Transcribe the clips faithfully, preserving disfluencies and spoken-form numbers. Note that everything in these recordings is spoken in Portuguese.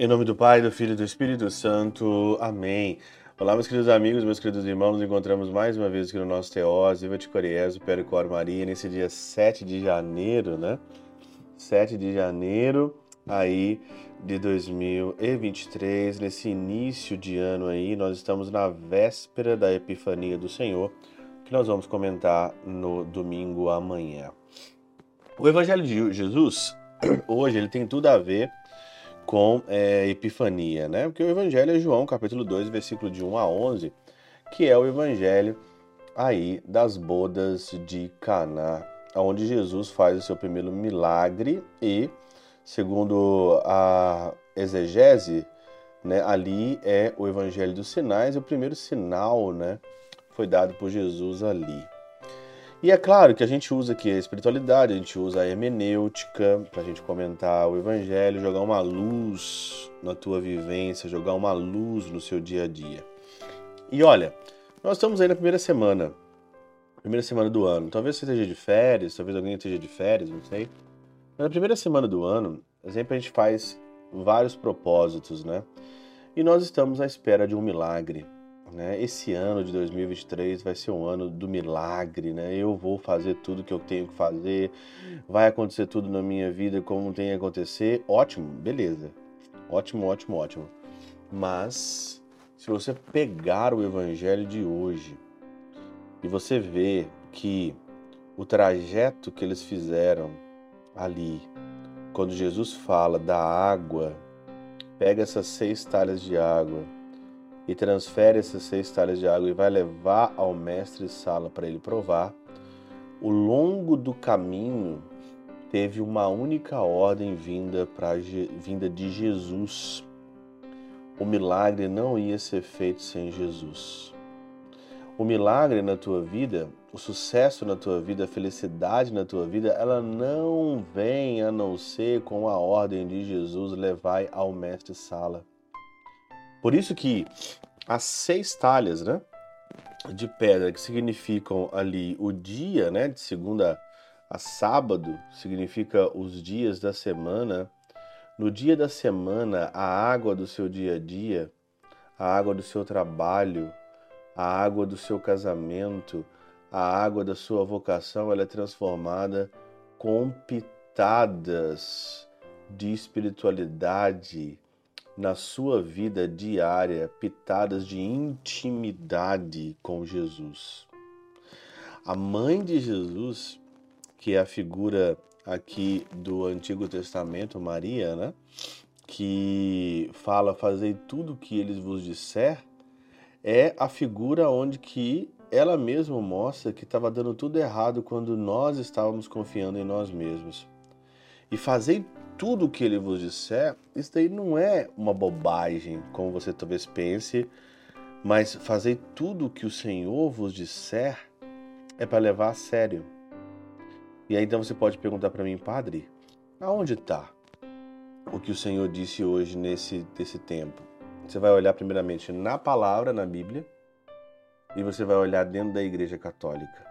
Em nome do Pai, do Filho e do Espírito Santo. Amém. Olá, meus queridos amigos, meus queridos irmãos, nos encontramos mais uma vez aqui no nosso Teós, Viva de Coriésio, Percor Maria, nesse dia sete de janeiro, né? sete de janeiro, aí, de dois mil e vinte e três, nesse início de ano aí, nós estamos na véspera da Epifania do Senhor, que nós vamos comentar no domingo amanhã. O Evangelho de Jesus, hoje, ele tem tudo a ver com é, Epifania, né? Porque o Evangelho é João, capítulo dois, versículo de um a onze, que é o Evangelho aí das bodas de Caná, onde Jesus faz o seu primeiro milagre e, segundo a exegese, né, ali é o Evangelho dos Sinais, e o primeiro sinal, né, foi dado por Jesus ali. E é claro que a gente usa aqui a espiritualidade, a gente usa a hermenêutica para a gente comentar o Evangelho, jogar uma luz na tua vivência, jogar uma luz no seu dia a dia. E olha, nós estamos aí na primeira semana, primeira semana do ano. Talvez você esteja de férias, talvez alguém esteja de férias, não sei. Mas na primeira semana do ano, sempre a gente faz vários propósitos, né? E nós estamos à espera de um milagre. Né? Esse ano de dois mil e vinte e três vai ser um ano do milagre, né? Eu vou fazer tudo que eu tenho que fazer, vai acontecer tudo na minha vida como tem que acontecer. Ótimo, beleza. Ótimo, ótimo, ótimo. Mas, se você pegar o Evangelho de hoje e você ver que o trajeto que eles fizeram ali, quando Jesus fala da água, pega essas seis talhas de água e transfere essas seis talhas de água e vai levar ao mestre Sala para ele provar, ao longo do caminho teve uma única ordem vinda, pra, vinda de Jesus. O milagre não ia ser feito sem Jesus. O milagre na tua vida, o sucesso na tua vida, a felicidade na tua vida, ela não vem a não ser com a ordem de Jesus, levai ao mestre Sala. Por isso que as seis talhas, né, de pedra, que significam ali o dia, né, de segunda a sábado, significa os dias da semana. No dia da semana, a água do seu dia a dia, a água do seu trabalho, a água do seu casamento, a água da sua vocação, ela é transformada com pitadas de espiritualidade na sua vida diária, pitadas de intimidade com Jesus. A mãe de Jesus, que é a figura aqui do Antigo Testamento, Maria, né, que fala, fazei tudo o que eles vos disser, é a figura onde que ela mesma mostra que estava dando tudo errado quando nós estávamos confiando em nós mesmos. E fazei tudo o que ele vos disser, isso daí não é uma bobagem, como você talvez pense, mas fazer tudo o que o Senhor vos disser é para levar a sério. E aí então você pode perguntar para mim, padre, aonde está o que o Senhor disse hoje nesse, nesse tempo? Você vai olhar primeiramente na palavra, na Bíblia, e você vai olhar dentro da Igreja Católica.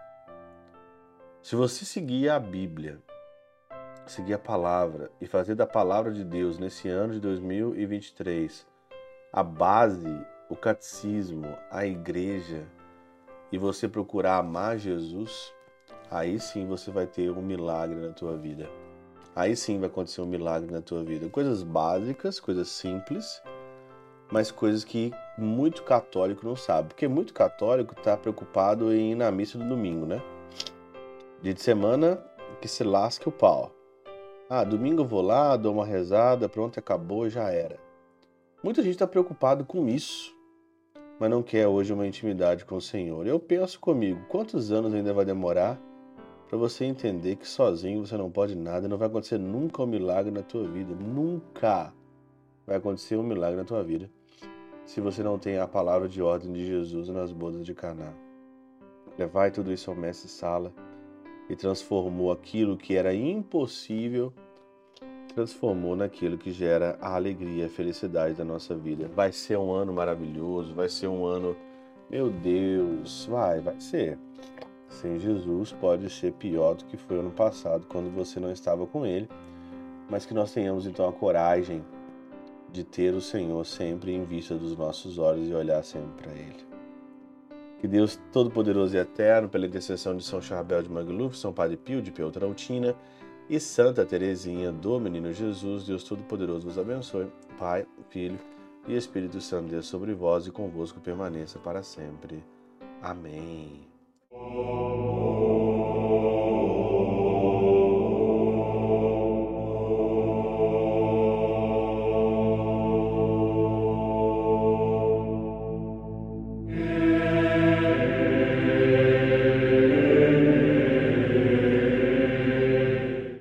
Se você seguir a Bíblia, seguir a palavra e fazer da palavra de Deus nesse ano de dois mil e vinte e três a base, o catecismo, a igreja, e você procurar amar Jesus, aí sim você vai ter um milagre na tua vida. Aí sim vai acontecer um milagre na tua vida. Coisas básicas, coisas simples, mas coisas que muito católico não sabe. Porque muito católico está preocupado em ir na missa do domingo, né? Dia de semana, que se lasque o pau. Ah, domingo eu vou lá, dou uma rezada, pronto, acabou, já era. Muita gente está preocupado com isso, mas não quer hoje uma intimidade com o Senhor. Eu penso comigo, quantos anos ainda vai demorar para você entender que sozinho você não pode nada, não vai acontecer nunca um milagre na tua vida, nunca vai acontecer um milagre na tua vida, se você não tem a palavra de ordem de Jesus nas bodas de Caná. Levai tudo isso ao mestre Sala, e transformou aquilo que era impossível, transformou naquilo que gera a alegria, a felicidade da nossa vida. Vai ser um ano maravilhoso, vai ser um ano, meu Deus, vai, vai ser. Sem Jesus pode ser pior do que foi ano passado, quando você não estava com Ele, mas que nós tenhamos então a coragem de ter o Senhor sempre em vista dos nossos olhos e olhar sempre para Ele. Que Deus Todo-Poderoso e Eterno, pela intercessão de São Charbel de Mangluf, São Padre Pio de Pietrautina e Santa Teresinha do Menino Jesus, Deus Todo-Poderoso vos abençoe. Pai, Filho e Espírito Santo, Deus sobre vós e convosco permaneça para sempre. Amém.